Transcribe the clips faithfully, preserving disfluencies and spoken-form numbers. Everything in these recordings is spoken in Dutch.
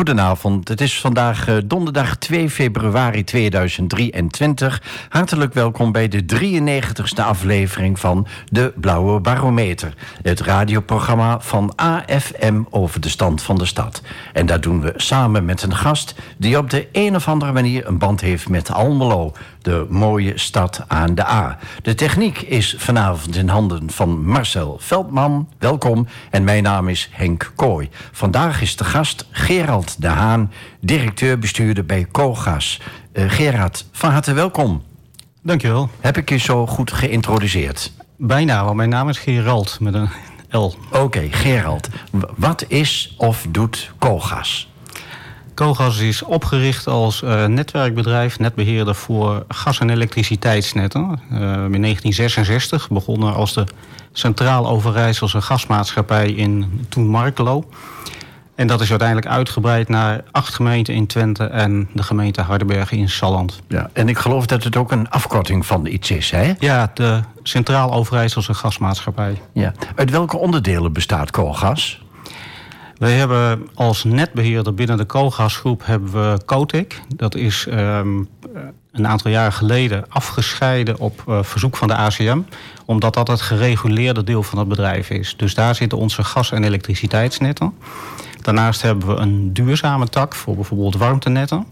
goedenavond. Het is vandaag uh, donderdag twee februari tweeduizend drieëntwintig. Hartelijk welkom bij de drieënnegentigste aflevering van De Blauwe Barometer. Het radioprogramma van A F M over de stand van de stad. En dat doen we samen met een gast die op de een of andere manier een band heeft met Almelo. De mooie stad aan de A. De techniek is vanavond in handen van Marcel Veldman. Welkom. En mijn naam is Henk Kooi. Vandaag is de gast Gerald de Haan, directeur-bestuurder bij Cogas. Uh, Gerard, van harte welkom. Dankjewel. Heb ik je zo goed geïntroduceerd? Bijna, want mijn naam is Gerald met een L. Oké, okay, Gerald. Wat is of doet Cogas? Cogas is opgericht als uh, netwerkbedrijf, netbeheerder voor gas- en elektriciteitsnetten. Uh, in negentien zesenzestig begonnen als de Centraal Overijsselse Gasmaatschappij in toen Markelo. En dat is uiteindelijk uitgebreid naar acht gemeenten in Twente en de gemeente Hardenbergen in Salland. Ja, en ik geloof dat het ook een afkorting van iets is, hè? Ja, de Centraal Overijsselse Gasmaatschappij. Ja. Uit welke onderdelen bestaat Cogas? Wij hebben als netbeheerder binnen de Cogasgroep hebben we Cotic. Dat is um, een aantal jaren geleden afgescheiden op uh, verzoek van de A C M. Omdat dat het gereguleerde deel van het bedrijf is. Dus daar zitten onze gas- en elektriciteitsnetten. Daarnaast hebben we een duurzame tak voor bijvoorbeeld warmtenetten.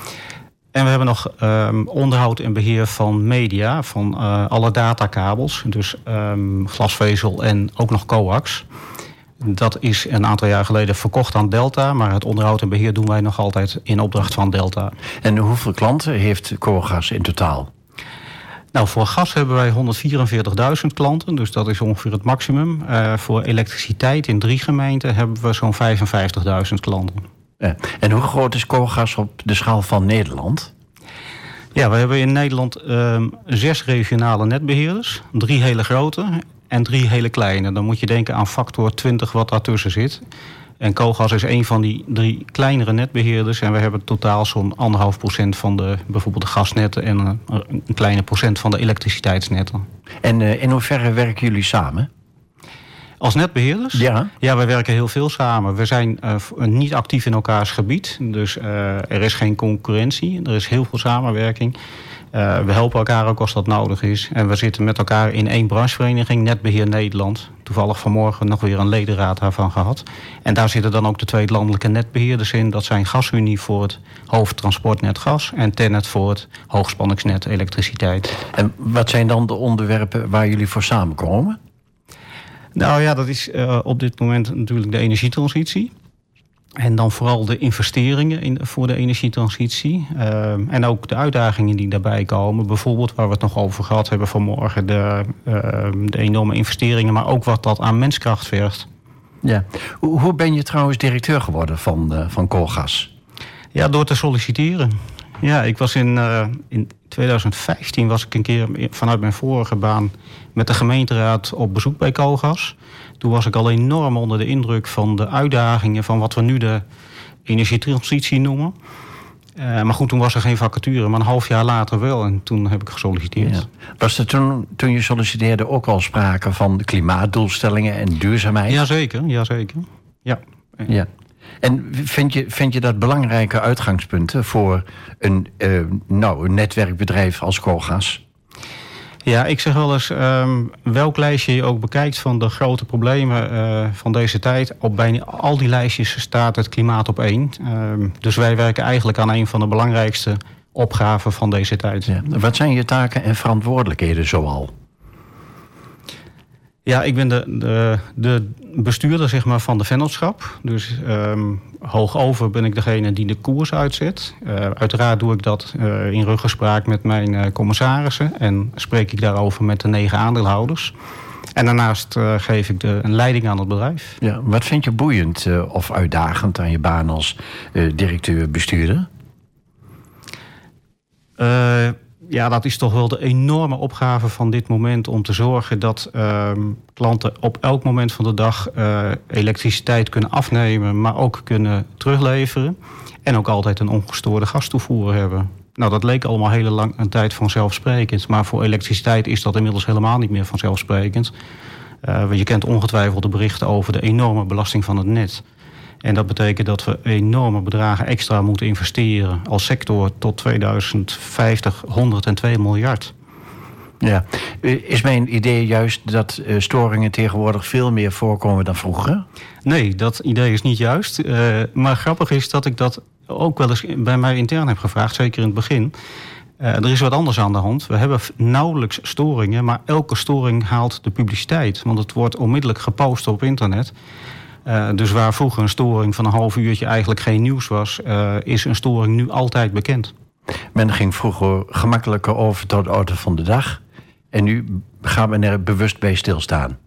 En we hebben nog um, onderhoud en beheer van media, van uh, alle datakabels. Dus um, glasvezel en ook nog coax. Dat is een aantal jaar geleden verkocht aan Delta, maar het onderhoud en beheer doen wij nog altijd in opdracht van Delta. En hoeveel klanten heeft Cogas in totaal? Nou, voor gas hebben wij honderdvierenveertigduizend klanten, dus dat is ongeveer het maximum. Uh, voor elektriciteit in drie gemeenten hebben we zo'n vijfenvijftigduizend klanten. Ja. En hoe groot is Cogas op de schaal van Nederland? Ja, we hebben in Nederland uh, zes regionale netbeheerders, drie hele grote en drie hele kleine. Dan moet je denken aan factor twintig wat daartussen zit. En Cogas is een van die drie kleinere netbeheerders. En we hebben totaal zo'n anderhalf procent van de bijvoorbeeld de gasnetten en een, een kleine procent van de elektriciteitsnetten. En uh, in hoeverre werken jullie samen? Als netbeheerders? Ja. Ja, wij werken heel veel samen. We zijn uh, niet actief in elkaars gebied. Dus uh, er is geen concurrentie. Er is heel veel samenwerking. Uh, we helpen elkaar ook als dat nodig is. En we zitten met elkaar in één branchevereniging, Netbeheer Nederland. Toevallig vanmorgen nog weer een ledenraad daarvan gehad. En daar zitten dan ook de twee landelijke netbeheerders in. Dat zijn GasUnie voor het hoofdtransportnet gas en TenneT voor het hoogspanningsnet elektriciteit. En wat zijn dan de onderwerpen waar jullie voor samenkomen? Nou ja, dat is uh, op dit moment natuurlijk de energietransitie. En dan vooral de investeringen in, voor de energietransitie. Uh, en ook de uitdagingen die daarbij komen. Bijvoorbeeld waar we het nog over gehad hebben vanmorgen. De, uh, de enorme investeringen, maar ook wat dat aan menskracht vergt. Ja. Hoe ben je trouwens directeur geworden van, uh, van Cogas? Ja, door te solliciteren. Ja, ik was in, uh, in tweeduizend vijftien was ik een keer vanuit mijn vorige baan met de gemeenteraad op bezoek bij Cogas. Toen was ik al enorm onder de indruk van de uitdagingen van wat we nu de energietransitie noemen. Uh, maar goed, toen was er geen vacature, maar een half jaar later wel. En toen heb ik gesolliciteerd. Ja. Was er toen, toen je solliciteerde ook al sprake van de klimaatdoelstellingen en duurzaamheid? Jazeker, jazeker. Ja. Ja. En vind je, vind je dat belangrijke uitgangspunten voor een, uh, nou, een netwerkbedrijf als Cogas? Ja, ik zeg wel eens, um, welk lijstje je ook bekijkt van de grote problemen uh, van deze tijd. Op bijna al die lijstjes staat het klimaat op één. Um, dus wij werken eigenlijk aan een van de belangrijkste opgaven van deze tijd. Ja. Wat zijn je taken en verantwoordelijkheden zoal? Ja, ik ben de, de, de bestuurder zeg maar, van de vennootschap. Dus um, hoogover ben ik degene die de koers uitzet. Uh, uiteraard doe ik dat uh, in ruggespraak met mijn uh, commissarissen. En spreek ik daarover met de negen aandeelhouders. En daarnaast uh, geef ik de, een leiding aan het bedrijf. Ja, wat vind je boeiend uh, of uitdagend aan je baan als uh, directeur-bestuurder? Uh, Ja, dat is toch wel de enorme opgave van dit moment om te zorgen dat uh, klanten op elk moment van de dag uh, elektriciteit kunnen afnemen, maar ook kunnen terugleveren. En ook altijd een ongestoorde gastoevoer hebben. Nou, dat leek allemaal hele lang een tijd vanzelfsprekend. Maar voor elektriciteit is dat inmiddels helemaal niet meer vanzelfsprekend. Uh, want je kent ongetwijfeld de berichten over de enorme belasting van het net. En dat betekent dat we enorme bedragen extra moeten investeren als sector tot tweeduizend vijftig honderdtwee miljard. Ja. Is mijn idee juist dat uh, storingen tegenwoordig veel meer voorkomen dan vroeger? Nee, dat idee is niet juist. Uh, maar grappig is dat ik dat ook wel eens bij mij intern heb gevraagd, zeker in het begin. Uh, er is wat anders aan de hand. We hebben nauwelijks storingen, maar elke storing haalt de publiciteit. Want het wordt onmiddellijk gepost op internet. Uh, dus waar vroeger een storing van een half uurtje eigenlijk geen nieuws was, Uh, is een storing nu altijd bekend. Men ging vroeger gemakkelijker over tot de orde van de dag. En nu gaan we er bewust bij stilstaan.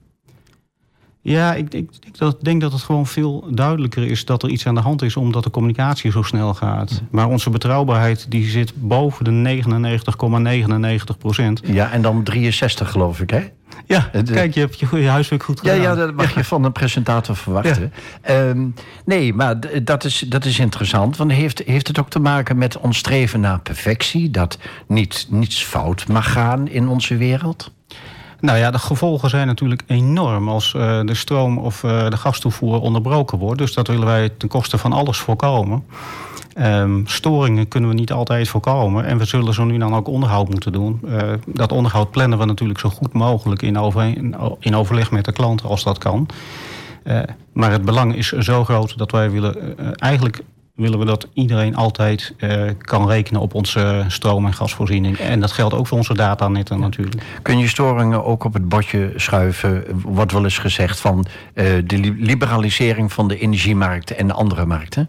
Ja, ik, ik, ik dat, denk dat het gewoon veel duidelijker is dat er iets aan de hand is, omdat de communicatie zo snel gaat. Ja. Maar onze betrouwbaarheid die zit boven de negenennegentig komma negenennegentig procent. Ja, en dan drieënzestig geloof ik, hè? Ja, de, kijk, je hebt je, je huiswerk goed gedaan. Ja, ja, dat mag je van een presentator verwachten. Ja. Um, nee, maar d- dat is, dat is interessant. Want heeft, heeft het ook te maken met ons streven naar perfectie? Dat niet, niets fout mag gaan in onze wereld? Nou ja, de gevolgen zijn natuurlijk enorm als uh, de stroom of uh, de gastoevoer onderbroken wordt. Dus dat willen wij ten koste van alles voorkomen. Um, storingen kunnen we niet altijd voorkomen. En we zullen zo nu dan ook onderhoud moeten doen. Uh, dat onderhoud plannen we natuurlijk zo goed mogelijk in, over, in overleg met de klant als dat kan. Uh, maar het belang is zo groot dat wij willen uh, eigenlijk willen we dat iedereen altijd uh, kan rekenen op onze stroom- en gasvoorziening. En dat geldt ook voor onze datanetten natuurlijk. Kun je storingen ook op het bordje schuiven? Wordt wel eens gezegd van uh, de liberalisering van de energiemarkten en de andere markten?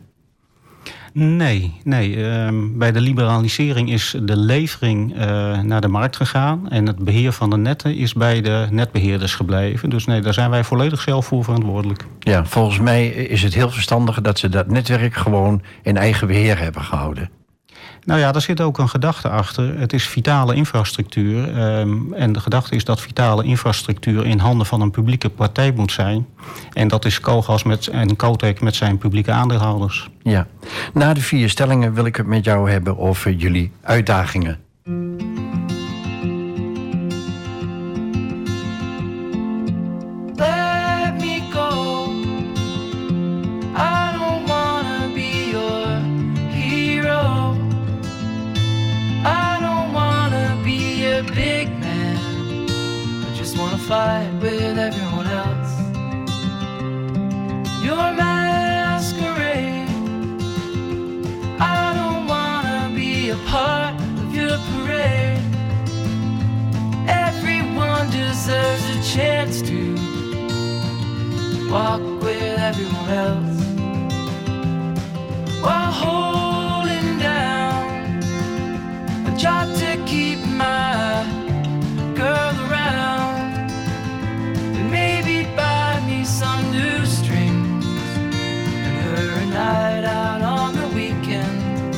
Nee, nee. Uh, bij de liberalisering is de levering uh, naar de markt gegaan. En het beheer van de netten is bij de netbeheerders gebleven. Dus nee, daar zijn wij volledig zelf voor verantwoordelijk. Ja, volgens mij is het heel verstandig dat ze dat netwerk gewoon in eigen beheer hebben gehouden. Nou ja, daar zit ook een gedachte achter. Het is vitale infrastructuur. Um, en de gedachte is dat vitale infrastructuur in handen van een publieke partij moet zijn. En dat is Cogas met, en Cotec met zijn publieke aandeelhouders. Ja. Na de vier stellingen wil ik het met jou hebben over jullie uitdagingen. Fight with everyone else. Your masquerade. I don't wanna be a part of your parade. Everyone deserves a chance to walk with everyone else while holding down a job to keep my girl around. Maybe buy me some new strings and her a night out on the weekend.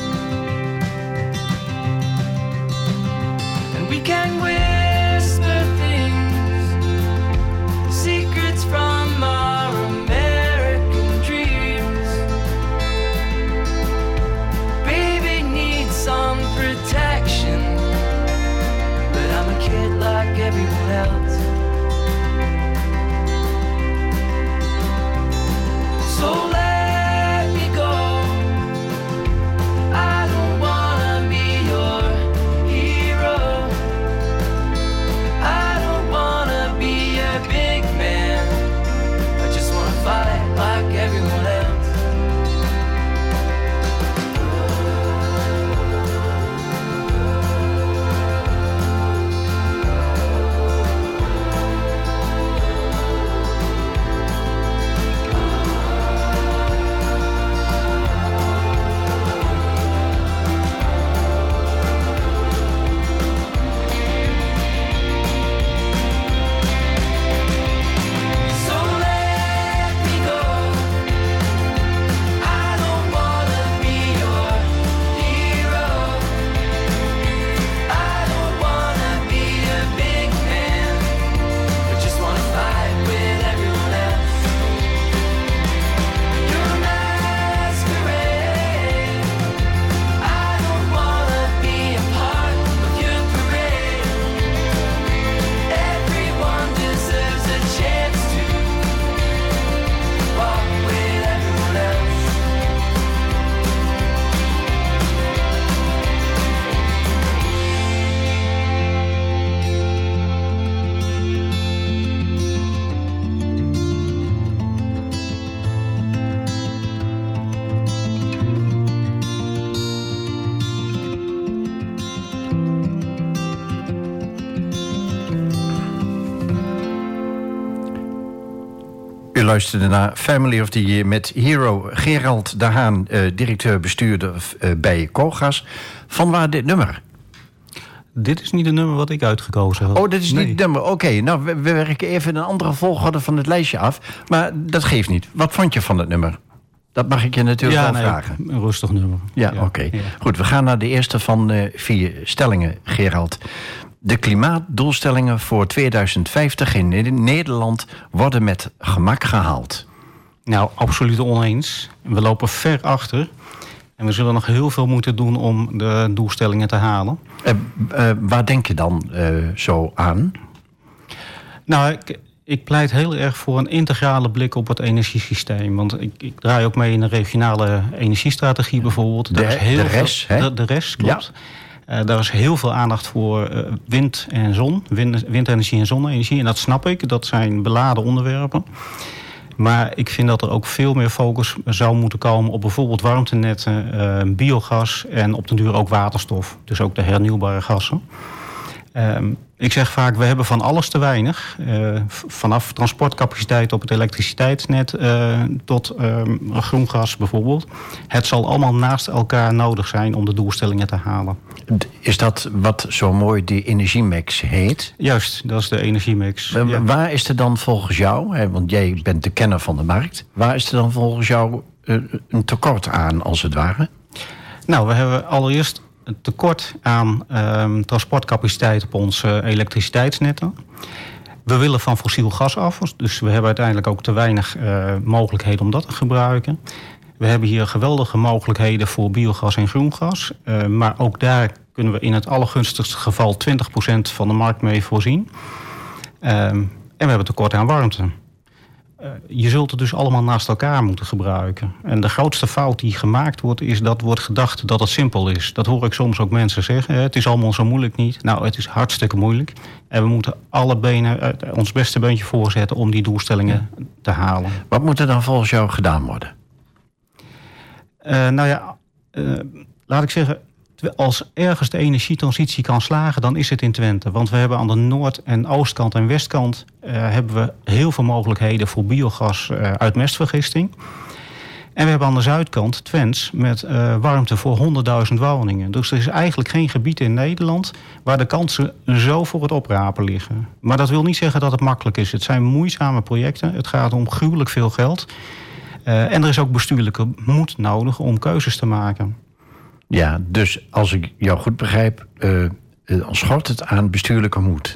And we can whisper things, secrets from our American dreams. Baby needs some protection, but I'm a kid like everyone else. So let me go. I don't wanna be your hero. I don't wanna be a big man. I just wanna fight like everyone else. U luisterde naar Family of the Year met Hero Gerald de Haan, uh, directeur-bestuurder uh, bij Koolgas. Van waar dit nummer? Dit is niet het nummer wat ik uitgekozen had. Oh, dit is nee. niet het nummer. Oké, okay, nou, we, we werken even een andere volgorde van het lijstje af. Maar dat geeft niet. Wat vond je van het nummer? Dat mag ik je natuurlijk ja, wel nee, vragen. Een rustig nummer. Ja, ja. oké. Okay. Ja. Goed, we gaan naar de eerste van uh, vier stellingen, Gerald. De klimaatdoelstellingen voor tweeduizend vijftig in Nederland worden met gemak gehaald. Nou, absoluut oneens. We lopen ver achter. En we zullen nog heel veel moeten doen om de doelstellingen te halen. Uh, uh, waar denk je dan uh, zo aan? Nou, ik, ik pleit heel erg voor een integrale blik op het energiesysteem. Want ik, ik draai ook mee in de regionale energiestrategie bijvoorbeeld. De, heel de rest, veel, hè? De, de rest, klopt. Ja. Uh, daar is heel veel aandacht voor uh, wind en zon. Wind, windenergie en zonne-energie. En dat snap ik. Dat zijn beladen onderwerpen. Maar ik vind dat er ook veel meer focus zou moeten komen op bijvoorbeeld warmtenetten, uh, biogas en op den duur ook waterstof. Dus ook de hernieuwbare gassen. Um, ik zeg vaak, we hebben van alles te weinig. Uh, vanaf transportcapaciteit op het elektriciteitsnet uh, tot um, groengas bijvoorbeeld. Het zal allemaal naast elkaar nodig zijn om de doelstellingen te halen. Is dat wat zo mooi die energiemix heet? Juist, dat is de energiemix. Uh, ja. Waar is er dan volgens jou, hè, want jij bent de kenner van de markt, waar is er dan volgens jou uh, een tekort aan als het ware? Nou, we hebben allereerst een tekort aan um, transportcapaciteit op onze elektriciteitsnetten. We willen van fossiel gas af, dus we hebben uiteindelijk ook te weinig uh, mogelijkheden om dat te gebruiken. We hebben hier geweldige mogelijkheden voor biogas en groengas. Uh, maar ook daar kunnen we in het allergunstigste geval twintig procent van de markt mee voorzien. Um, en we hebben tekort aan warmte. Uh, je zult het dus allemaal naast elkaar moeten gebruiken. En de grootste fout die gemaakt wordt, is dat wordt gedacht dat het simpel is. Dat hoor ik soms ook mensen zeggen. Het is allemaal zo moeilijk niet. Nou, het is hartstikke moeilijk. En we moeten alle benen, uh, ons beste beentje voorzetten om die doelstellingen ja. te halen. Wat moet er dan volgens jou gedaan worden? Uh, nou ja, uh, laat ik zeggen, als ergens de energietransitie kan slagen, dan is het in Twente. Want we hebben aan de noord- en oostkant en westkant uh, hebben we heel veel mogelijkheden voor biogas uh, uit mestvergisting. En we hebben aan de zuidkant Twents met uh, warmte voor honderdduizend woningen. Dus er is eigenlijk geen gebied in Nederland waar de kansen zo voor het oprapen liggen. Maar dat wil niet zeggen dat het makkelijk is. Het zijn moeizame projecten. Het gaat om gruwelijk veel geld. Uh, en er is ook bestuurlijke moed nodig om keuzes te maken. Ja, dus als ik jou goed begrijp, uh, uh, schort het aan bestuurlijke moed.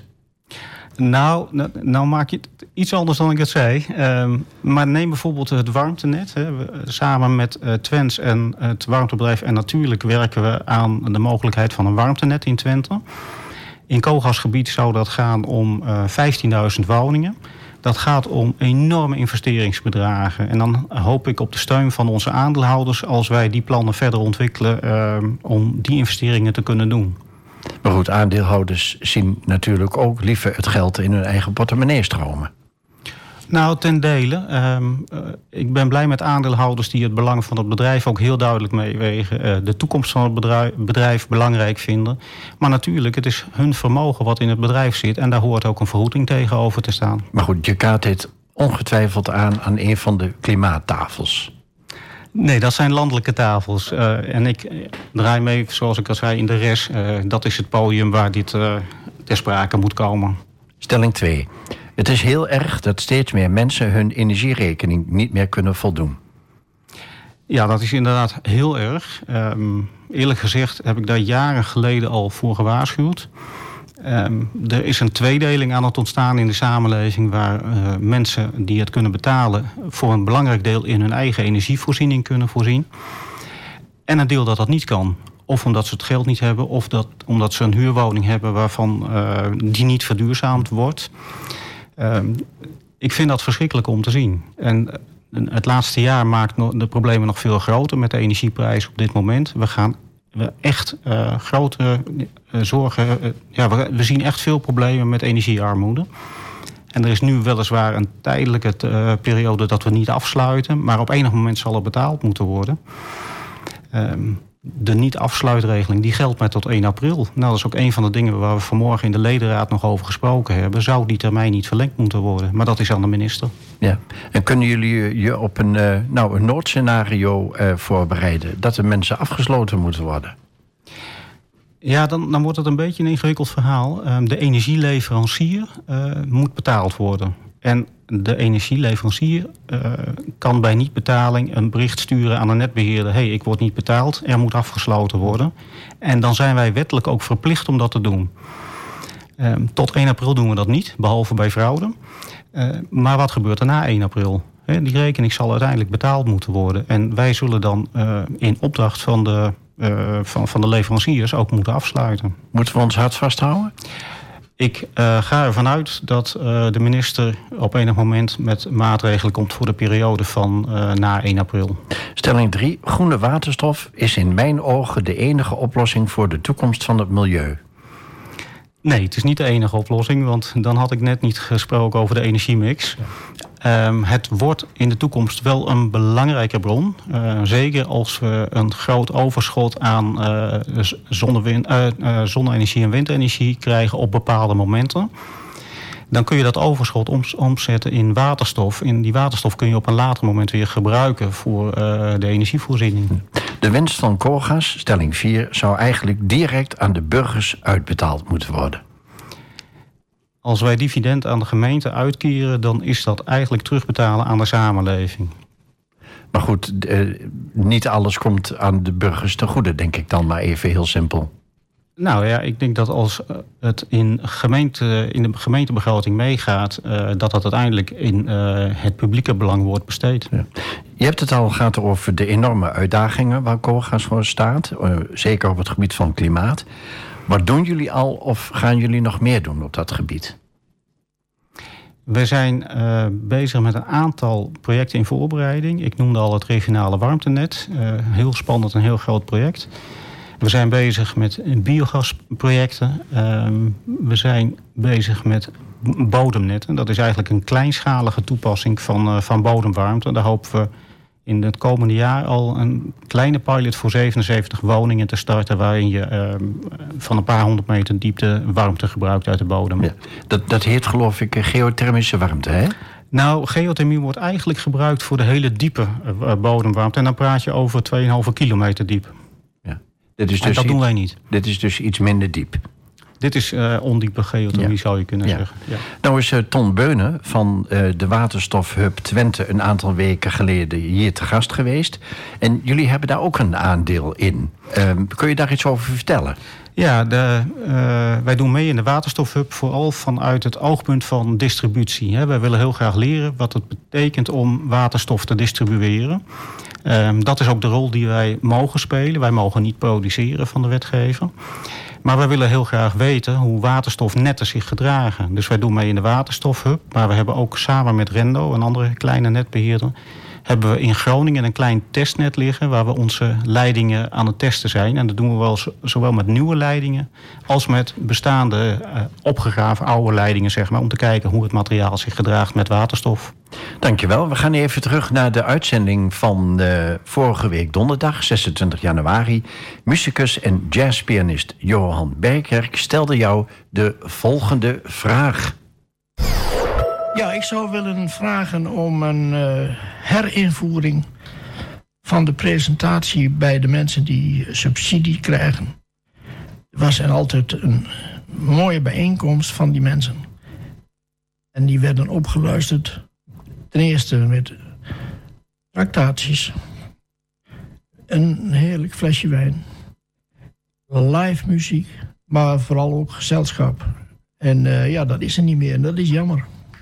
Nou, nou, nou maak je het iets anders dan ik het zei. Um, maar neem bijvoorbeeld het warmtenet. Hè. We, samen met uh, Twents en het warmtebedrijf en natuurlijk werken we aan de mogelijkheid van een warmtenet in Twente. In Koolgasgebied zou dat gaan om uh, vijftienduizend woningen. Dat gaat om enorme investeringsbedragen. En dan hoop ik op de steun van onze aandeelhouders als wij die plannen verder ontwikkelen uh, om die investeringen te kunnen doen. Maar goed, aandeelhouders zien natuurlijk ook liever het geld in hun eigen portemonnee stromen. Nou, ten dele. Um, uh, ik ben blij met aandeelhouders die het belang van het bedrijf ook heel duidelijk meewegen. Uh, de toekomst van het bedrijf, bedrijf belangrijk vinden. Maar natuurlijk, het is hun vermogen wat in het bedrijf zit. En daar hoort ook een vergoeding tegenover te staan. Maar goed, je kaart dit ongetwijfeld aan aan een van de klimaattafels. Nee, dat zijn landelijke tafels. Uh, en ik draai mee, zoals ik al zei, in de R E S. Uh, dat is het podium waar dit uh, ter sprake moet komen. Stelling twee. Het is heel erg dat steeds meer mensen hun energierekening niet meer kunnen voldoen. Ja, dat is inderdaad heel erg. Um, eerlijk gezegd heb ik daar jaren geleden al voor gewaarschuwd. Um, er is een tweedeling aan het ontstaan in de samenleving waar uh, mensen die het kunnen betalen voor een belangrijk deel in hun eigen energievoorziening kunnen voorzien. En een deel dat dat niet kan. Of omdat ze het geld niet hebben, of dat, omdat ze een huurwoning hebben waarvan uh, die niet verduurzaamd wordt. Um, ik vind dat verschrikkelijk om te zien. En het laatste jaar maakt de problemen nog veel groter met de energieprijs op dit moment. We gaan echt uh, grote uh, zorgen. Uh, ja, we, we zien echt veel problemen met energiearmoede. En er is nu weliswaar een tijdelijke uh, periode dat we niet afsluiten. Maar op enig moment zal het betaald moeten worden. Um, de niet-afsluitregeling die geldt maar tot één april. Nou, dat is ook een van de dingen waar we vanmorgen in de ledenraad nog over gesproken hebben. Zou die termijn niet verlengd moeten worden? Maar dat is aan de minister. Ja. En kunnen jullie je op een, uh, nou, een noodscenario uh, voorbereiden? Dat de mensen afgesloten moeten worden? Ja, dan, dan wordt het een beetje een ingewikkeld verhaal. Uh, de energieleverancier uh, moet betaald worden. En de energieleverancier uh, kan bij niet-betaling een bericht sturen aan de netbeheerder. Hé, hey, ik word niet betaald, er moet afgesloten worden. En dan zijn wij wettelijk ook verplicht om dat te doen. Uh, tot één april doen we dat niet, behalve bij fraude. Uh, maar wat gebeurt er na één april? He, die rekening zal uiteindelijk betaald moeten worden. En wij zullen dan uh, in opdracht van de, uh, van, van de leveranciers ook moeten afsluiten. Moeten we ons hart vasthouden? Ik uh, ga ervan uit dat uh, de minister op enig moment met maatregelen komt voor de periode van uh, na één april. Stelling drie. Groene waterstof is in mijn ogen de enige oplossing voor de toekomst van het milieu. Nee, het is niet de enige oplossing, want dan had ik net niet gesproken over de energiemix. Um, het wordt in de toekomst wel een belangrijke bron. Uh, zeker als we een groot overschot aan uh, zonne-wind, uh, uh, zonne-energie en windenergie krijgen op bepaalde momenten. Dan kun je dat overschot om, omzetten in waterstof. En die waterstof kun je op een later moment weer gebruiken voor uh, de energievoorziening. De winst van Cogas, stelling vier, zou eigenlijk direct aan de burgers uitbetaald moeten worden. Als wij dividend aan de gemeente uitkeren, dan is dat eigenlijk terugbetalen aan de samenleving. Maar goed, uh, niet alles komt aan de burgers ten goede, denk ik dan maar even heel simpel. Nou ja, ik denk dat als het in, gemeente, in de gemeentebegroting meegaat, Uh, dat dat uiteindelijk in uh, het publieke belang wordt besteed. Ja. Je hebt het al gehad over de enorme uitdagingen waar Cogas voor staat. Uh, zeker op het gebied van klimaat. Wat doen jullie al of gaan jullie nog meer doen op dat gebied? We zijn uh, bezig met een aantal projecten in voorbereiding. Ik noemde al het regionale warmtenet. Uh, heel spannend en heel groot project. We zijn bezig met biogasprojecten. Uh, we zijn bezig met bodemnetten. Dat is eigenlijk een kleinschalige toepassing van, uh, van bodemwarmte. Daar hopen we in het komende jaar al een kleine pilot voor zevenenzeventig woningen te starten, waarin je uh, van een paar honderd meter diepte warmte gebruikt uit de bodem. Ja, dat, dat heet geloof ik geothermische warmte, hè? Nou, geothermie wordt eigenlijk gebruikt voor de hele diepe uh, bodemwarmte. En dan praat je over twee komma vijf kilometer diep. Ja. Dit is dus en dat iets, doen wij niet. Dit is dus iets minder diep. Dit is uh, ondiepe geothermie, ja. zou je kunnen ja. zeggen. Ja. Nou is uh, Ton Beunen van uh, de Waterstofhub Twente een aantal weken geleden hier te gast geweest. En jullie hebben daar ook een aandeel in. Uh, kun je daar iets over vertellen? Ja, de, uh, wij doen mee in de Waterstofhub vooral vanuit het oogpunt van distributie. Hè. Wij willen heel graag leren wat het betekent om waterstof te distribueren. Um, dat is ook de rol die wij mogen spelen. Wij mogen niet produceren van de wetgever. Maar wij willen heel graag weten hoe waterstofnetten zich gedragen. Dus wij doen mee in de Waterstofhub. Maar we hebben ook samen met Rendo, een andere kleine netbeheerder, hebben we in Groningen een klein testnet liggen waar we onze leidingen aan het testen zijn. En dat doen we wel zowel met nieuwe leidingen als met bestaande uh, opgegraven oude leidingen, zeg maar, om te kijken hoe het materiaal zich gedraagt met waterstof. Dankjewel. We gaan even terug naar de uitzending van uh, vorige week donderdag, zesentwintig januari. Musicus en jazzpianist Johan Bergkerk stelde jou de volgende vraag. Ja, ik zou willen vragen om een uh, herinvoering van de presentatie bij de mensen die subsidie krijgen. Er was er altijd een mooie bijeenkomst van die mensen. En die werden opgeluisterd. Ten eerste met tractaties. Een heerlijk flesje wijn. Live muziek, maar vooral ook gezelschap. En uh, ja, dat is er niet meer en dat is jammer.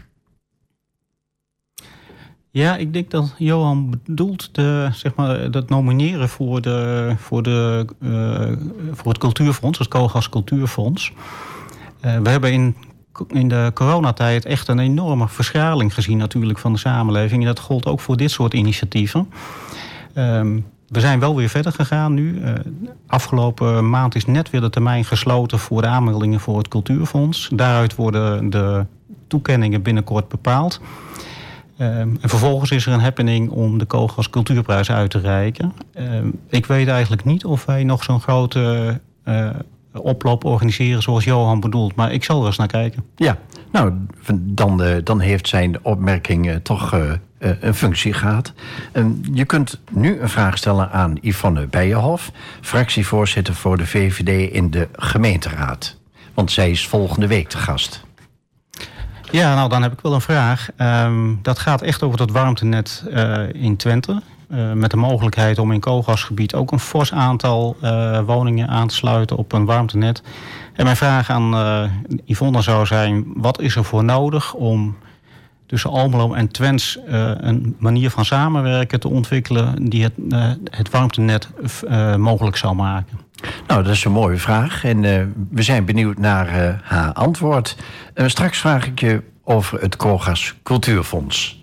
Ja, ik denk dat Johan bedoelt de, zeg maar, dat nomineren voor, de, voor, de, uh, voor het cultuurfonds, het Cogas Cultuurfonds. Uh, we hebben in, in de coronatijd echt een enorme verschraling gezien natuurlijk van de samenleving. En dat gold ook voor dit soort initiatieven. Um, we zijn wel weer verder gegaan nu. Uh, afgelopen maand is net weer de termijn gesloten voor de aanmeldingen voor het cultuurfonds. Daaruit worden de toekenningen binnenkort bepaald. Um, en vervolgens is er een happening om de Koolgas Cultuurprijs uit te reiken. Um, ik weet eigenlijk niet of wij nog zo'n grote uh, oploop organiseren zoals Johan bedoelt. Maar ik zal er eens naar kijken. Ja, nou, dan, uh, dan heeft zijn opmerking uh, toch uh, uh, een functie gehad. Uh, je kunt nu een vraag stellen aan Yvonne Bijenhof, fractievoorzitter voor de V V D in de gemeenteraad. Want zij is volgende week te gast. Ja, nou dan heb ik wel een vraag. Um, dat gaat echt over het warmtenet uh, in Twente. Uh, met de mogelijkheid om in Koolgasgebied ook een fors aantal uh, woningen aan te sluiten op een warmtenet. En mijn vraag aan uh, Yvonne zou zijn, wat is er voor nodig om tussen Almelo en Twents uh, een manier van samenwerken te ontwikkelen die het, uh, het warmtenet uh, mogelijk zou maken? Nou, dat is een mooie vraag en uh, we zijn benieuwd naar uh, haar antwoord. Uh, straks vraag ik je over het Koolgas Cultuurfonds.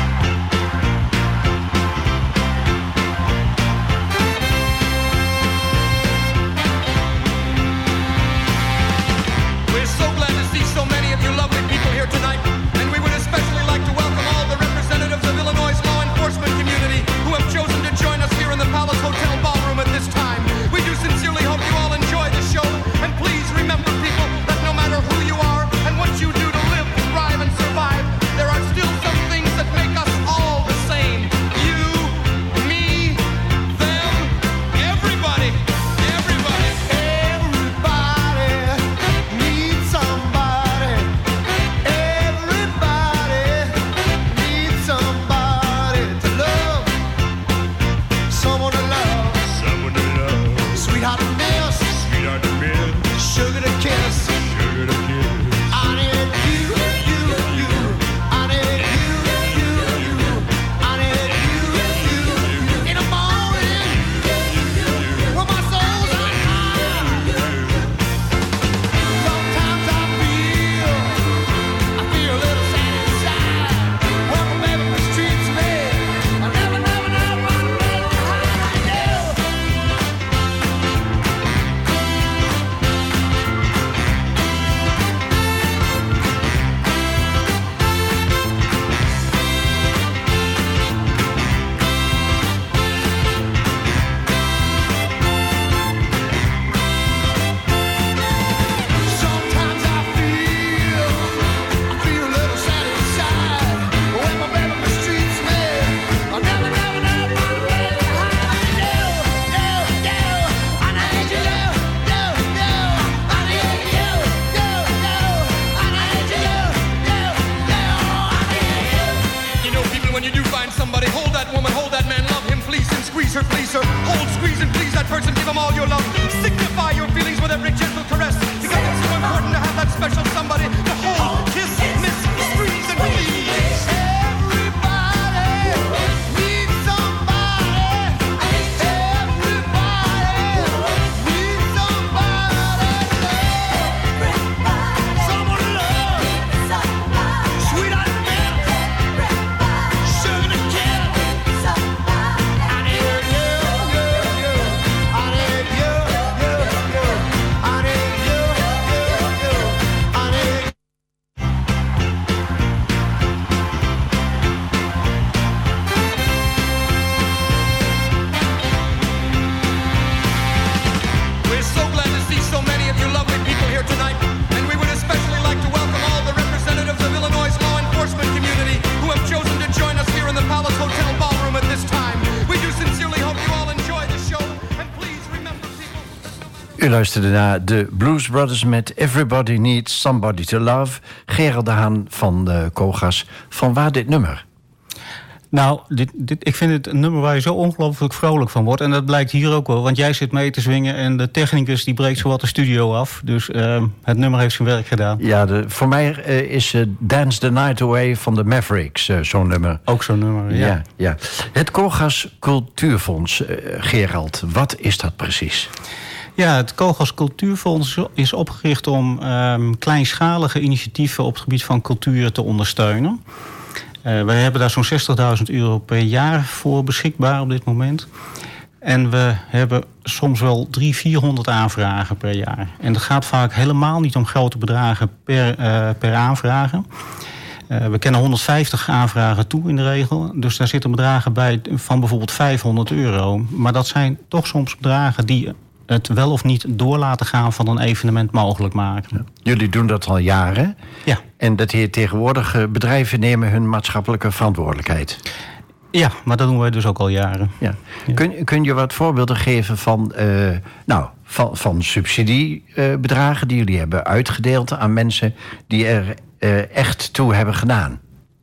U luisterde naar de Blues Brothers met Everybody Needs Somebody to Love. Gerald de Haan van de Koolgas. Van waar dit nummer? Nou, dit, dit, ik vind het een nummer waar je zo ongelooflijk vrolijk van wordt. En dat blijkt hier ook wel, want jij zit mee te zwingen en de technicus die breekt zowat de studio af. Dus uh, het nummer heeft zijn werk gedaan. Ja, de, voor mij uh, is uh, Dance the Night Away van de Mavericks uh, zo'n nummer. Ook zo'n nummer, ja. ja, ja. Het Koolgas Cultuurfonds, uh, Gerald, wat is dat precies? Ja, het Koolgas Cultuurfonds is opgericht om um, kleinschalige initiatieven op het gebied van cultuur te ondersteunen. Uh, wij hebben daar zo'n zestigduizend euro per jaar voor beschikbaar op dit moment. En we hebben soms wel driehonderd, vierhonderd aanvragen per jaar. En dat gaat vaak helemaal niet om grote bedragen per, uh, per aanvragen. Uh, we kennen honderdvijftig aanvragen toe in de regel. Dus daar zitten bedragen bij van bijvoorbeeld vijfhonderd euro. Maar dat zijn toch soms bedragen die het wel of niet door laten gaan van een evenement mogelijk maken. Ja. Jullie doen dat al jaren. Ja. En dat hier tegenwoordig bedrijven nemen hun maatschappelijke verantwoordelijkheid. Ja, maar dat doen wij dus ook al jaren. Ja. Ja. Kun, kun je wat voorbeelden geven van, uh, nou, van, van subsidiebedragen uh, die jullie hebben uitgedeeld aan mensen die er uh, echt toe hebben gedaan?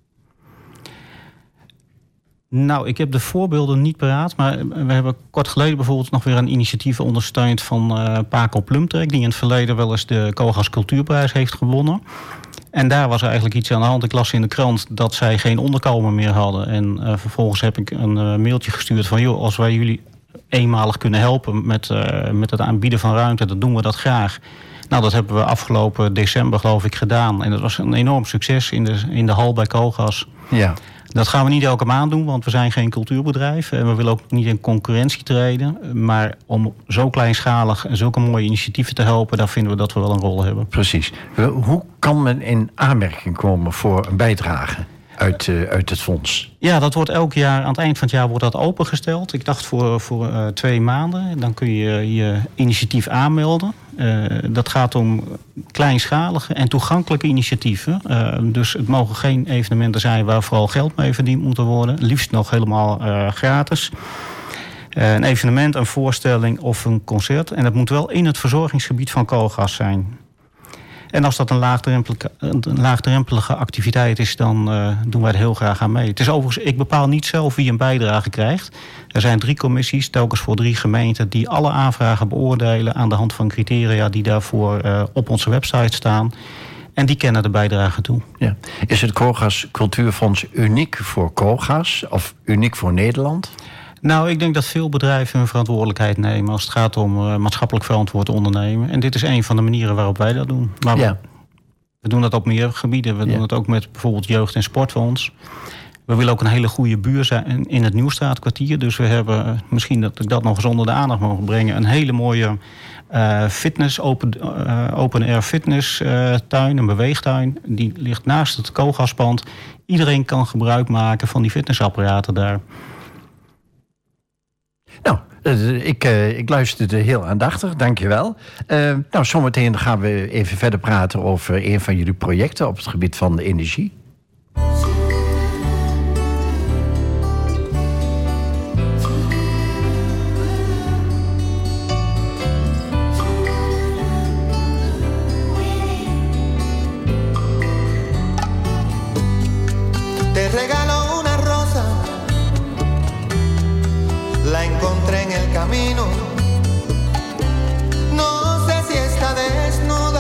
Nou, ik heb de voorbeelden niet paraat, maar we hebben kort geleden bijvoorbeeld nog weer een initiatief ondersteund van uh, Paco Plumtrek, die in het verleden wel eens de Kogas Cultuurprijs heeft gewonnen. En daar was er eigenlijk iets aan de hand. Ik las in de krant dat zij geen onderkomen meer hadden. En uh, vervolgens heb ik een uh, mailtje gestuurd van, joh, als wij jullie eenmalig kunnen helpen met, uh, met het aanbieden van ruimte, dan doen we dat graag. Nou, dat hebben we afgelopen december, geloof ik, gedaan. En dat was een enorm succes in de, in de hal bij Kogas. Ja. Dat gaan we niet elke maand doen, want we zijn geen cultuurbedrijf. En we willen ook niet in concurrentie treden. Maar om zo kleinschalig en zulke mooie initiatieven te helpen, daar vinden we dat we wel een rol hebben. Precies. Hoe kan men in aanmerking komen voor een bijdrage uit, uh, uit het fonds? Ja, dat wordt elk jaar, aan het eind van het jaar wordt dat opengesteld. Ik dacht voor, voor uh, twee maanden. Dan kun je je initiatief aanmelden. Uh, dat gaat om kleinschalige en toegankelijke initiatieven. Uh, dus het mogen geen evenementen zijn waar vooral geld mee verdiend moet worden. Liefst nog helemaal uh, gratis. Uh, een evenement, een voorstelling of een concert. En dat moet wel in het verzorgingsgebied van Kogas zijn. En als dat een laagdrempelige, een laagdrempelige activiteit is, dan uh, doen wij er heel graag aan mee. Het is overigens, ik bepaal niet zelf wie een bijdrage krijgt. Er zijn drie commissies, telkens voor drie gemeenten, die alle aanvragen beoordelen aan de hand van criteria die daarvoor uh, op onze website staan. En die kennen de bijdrage toe. Ja. Is het Kogas Cultuurfonds uniek voor Kogas of uniek voor Nederland? Nou, ik denk dat veel bedrijven hun verantwoordelijkheid nemen als het gaat om uh, maatschappelijk verantwoord ondernemen. En dit is een van de manieren waarop wij dat doen. Maar ja. we, we doen dat op meer gebieden. We ja. doen het ook met bijvoorbeeld jeugd- en sportfonds. We willen ook een hele goede buur zijn in het Nieuwstraatkwartier. Dus we hebben, uh, misschien dat ik dat nog eens onder de aandacht mogen brengen, een hele mooie uh, fitness, open, uh, open-air fitness uh, tuin, een beweegtuin. Die ligt naast het Kogaspand. Iedereen kan gebruik maken van die fitnessapparaten daar. Nou, ik, uh, ik luisterde heel aandachtig, dankjewel. Uh, nou, zometeen gaan we even verder praten over een van jullie projecten op het gebied van de energie. Te regalo una rosa, la encontré en el camino. No sé si está desnuda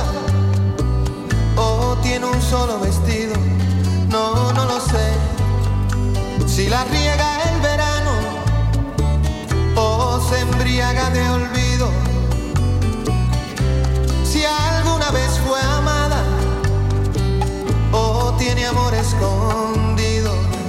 o tiene un solo vestido. No, no lo sé. Si la riega el verano o se embriaga de olvido. Si alguna vez fue amada o tiene amor escondido.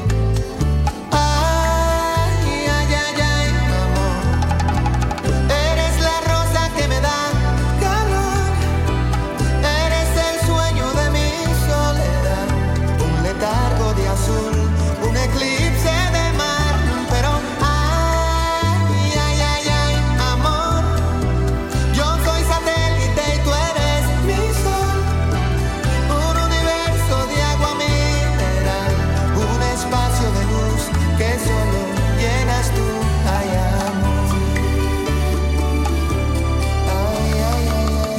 Un eclipse de mar, pero ay, ay, ay, ay, amor. Yo soy satélite y tú eres mi sol. Un universo de agua mineral, un espacio de luz que solo llenas tú, ay, amor. Ay, ay, ay,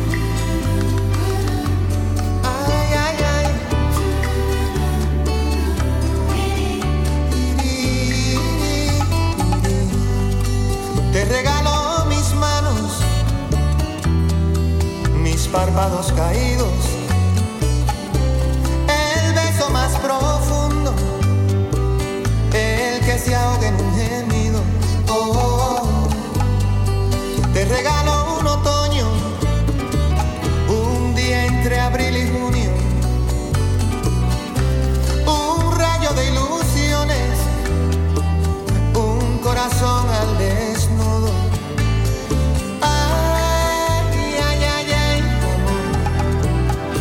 ay. Ay, ay, ay. Te regalo mis manos, mis párpados caídos, el beso más profundo, el que se ahoga en un gemido. Oh, oh, oh. Te regalo un otoño, un día entre abril y junio, un rayo de ilusiones, un corazón al desnudo. Ay, ay, ay, ay, amor.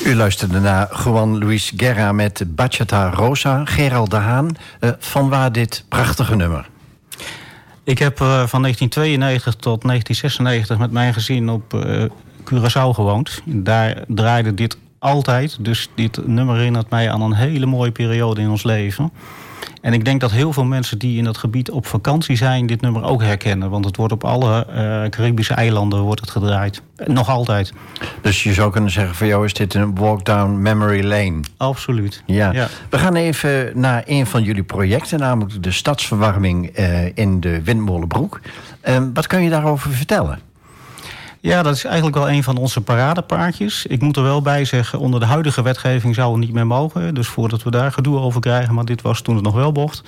U luisterde naar Juan Luis Guerra met Bachata Rosa. Gerald de Haan, uh, van waar dit prachtige nummer? Ik heb uh, van negentien tweeënnegentig tot negentien zesennegentig met mijn gezin op uh, Curaçao gewoond. Daar draaide dit altijd. Dus dit nummer herinnert mij aan een hele mooie periode in ons leven. En ik denk dat heel veel mensen die in dat gebied op vakantie zijn dit nummer ook herkennen. Want het wordt op alle uh, Caribische eilanden wordt het gedraaid. Nog altijd. Dus je zou kunnen zeggen, voor jou is dit een walk down memory lane. Absoluut. Ja. ja. We gaan even naar een van jullie projecten, namelijk de stadsverwarming uh, in de Windmolenbroek. Uh, wat kun je daarover vertellen? Ja, dat is eigenlijk wel een van onze paradepaardjes. Ik moet er wel bij zeggen, onder de huidige wetgeving zou het niet meer mogen. Dus voordat we daar gedoe over krijgen, maar dit was toen het nog wel mocht.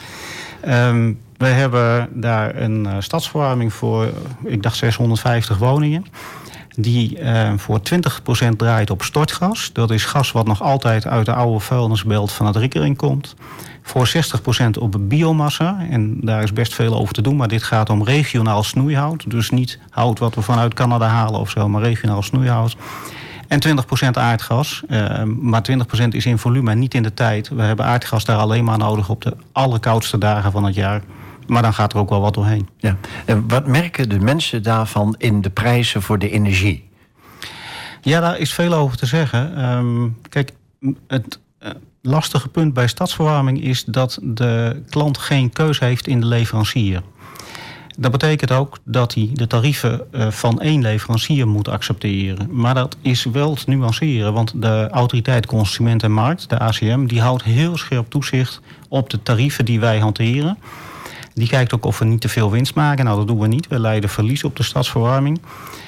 Um, we hebben daar een uh, stadsverwarming voor, ik dacht zeshonderdvijftig woningen. Die uh, voor twintig procent draait op stortgas. Dat is gas wat nog altijd uit de oude vuilnisbelt van het Riekering komt. Voor zestig procent op biomassa. En daar is best veel over te doen. Maar dit gaat om regionaal snoeihout. Dus niet hout wat we vanuit Canada halen of zo. Maar regionaal snoeihout. En twintig procent aardgas. Uh, maar twintig procent is in volume en niet in de tijd. We hebben aardgas daar alleen maar nodig op de allerkoudste dagen van het jaar. Maar dan gaat er ook wel wat doorheen. Ja. En wat merken de mensen daarvan in de prijzen voor de energie? Ja, daar is veel over te zeggen. Um, kijk, het uh, lastige punt bij stadsverwarming is dat de klant geen keuze heeft in de leverancier. Dat betekent ook dat hij de tarieven uh, van één leverancier moet accepteren. Maar dat is wel te nuanceren, want de Autoriteit Consument en Markt, de A C M, die houdt heel scherp toezicht op de tarieven die wij hanteren. Die kijkt ook of we niet te veel winst maken. Nou, dat doen we niet. We leiden verlies op de stadsverwarming.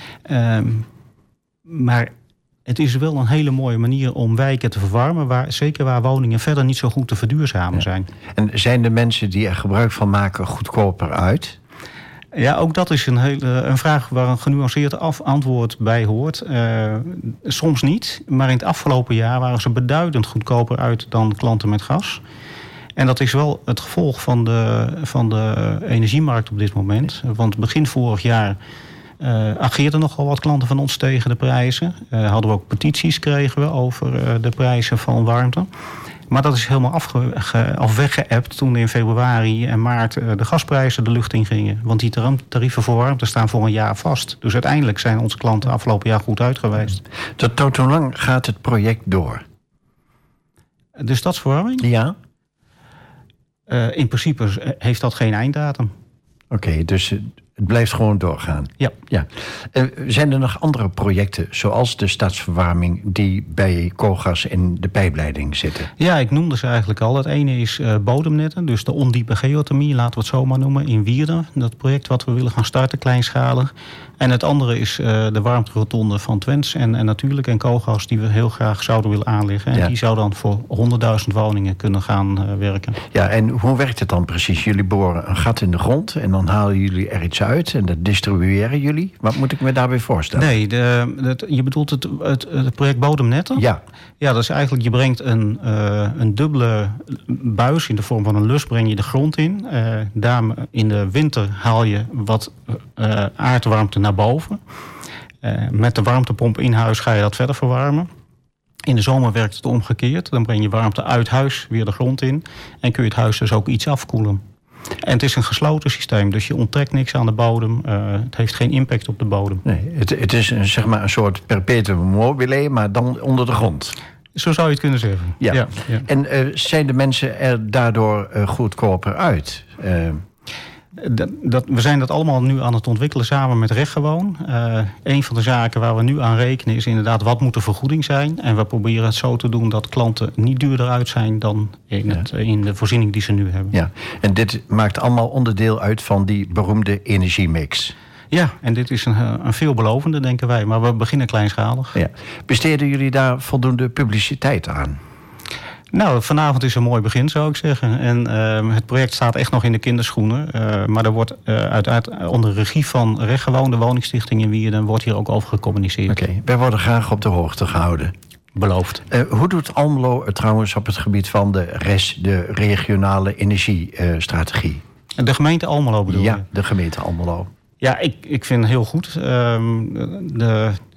Um, maar het is wel een hele mooie manier om wijken te verwarmen, waar, zeker waar woningen verder niet zo goed te verduurzamen ja. zijn. En zijn de mensen die er gebruik van maken goedkoper uit? Ja, ook dat is een, hele, een vraag waar een genuanceerd af, antwoord bij hoort. Uh, soms niet, maar in het afgelopen jaar waren ze beduidend goedkoper uit dan klanten met gas. En dat is wel het gevolg van de, van de energiemarkt op dit moment. Want begin vorig jaar uh, ageerden nogal wat klanten van ons tegen de prijzen. Uh, hadden we ook petities kregen we over uh, de prijzen van warmte. Maar dat is helemaal afge, ge, af weggeëpt toen in februari en maart uh, de gasprijzen de lucht in gingen. Want die tarieven voor warmte staan voor een jaar vast. Dus uiteindelijk zijn onze klanten afgelopen jaar goed uit geweest. Tot, tot hoe lang gaat het project door? De stadsverwarming? Ja. Uh, in principe heeft dat geen einddatum. Oké, okay, dus het blijft gewoon doorgaan. Ja. ja. Uh, zijn er nog andere projecten, zoals de stadsverwarming, die bij Cogas in de pijpleiding zitten? Ja, ik noemde ze eigenlijk al. Het ene is uh, bodemnetten, dus de ondiepe geothermie, laten we het zo maar noemen, in Wierden. Dat project wat we willen gaan starten, kleinschalig. En het andere is uh, de warmterotonde van Twents en, en natuurlijk en Cogas, die we heel graag zouden willen aanleggen. En ja. die zou dan voor honderdduizend woningen kunnen gaan uh, werken. Ja, en hoe werkt het dan precies? Jullie boren een gat in de grond en dan halen jullie er iets uit en dat distribueren jullie? Wat moet ik me daarbij voorstellen? Nee, de, de, je bedoelt het, het, het project bodemnetten? Ja. Ja, dat is eigenlijk, je brengt een, uh, een dubbele buis in de vorm van een lus, breng je de grond in. Uh, daar in de winter haal je wat uh, aardwarmte naar boven. Uh, met de warmtepomp in huis ga je dat verder verwarmen. In de zomer werkt het omgekeerd. Dan breng je warmte uit huis weer de grond in. En kun je het huis dus ook iets afkoelen. En het is een gesloten systeem, dus je onttrekt niks aan de bodem. Uh, het heeft geen impact op de bodem. Nee, het, het is een, zeg maar een soort perpetuum mobile, maar dan onder de grond. Zo zou je het kunnen zeggen. Ja. ja, ja. En uh, zijn de mensen er daardoor uh, goedkoper uit? Uh, Dat, dat, we zijn dat allemaal nu aan het ontwikkelen samen met Rechtgewoon. Uh, een van de zaken waar we nu aan rekenen is inderdaad wat moet de vergoeding zijn. En we proberen het zo te doen dat klanten niet duurder uit zijn dan in, ja. het, in de voorziening die ze nu hebben. Ja, en dit maakt allemaal onderdeel uit van die beroemde energiemix. Ja, en dit is een, een veelbelovende, denken wij. Maar we beginnen kleinschalig. Ja. Besteden jullie daar voldoende publiciteit aan? Nou, vanavond is een mooi begin, zou ik zeggen. En uh, het project staat echt nog in de kinderschoenen. Uh, maar er wordt uh, uit, uit, onder regie van Rechtgewoon, de woningstichting in Wierden, wordt hier ook over gecommuniceerd. Oké, okay. Wij worden graag op de hoogte gehouden. Beloofd. Uh, hoe doet Almelo uh, trouwens op het gebied van de R E S, de regionale energiestrategie? Uh, de gemeente Almelo bedoel je? Ja, de gemeente Almelo. Ja, ik, ik vind het heel goed. Um, de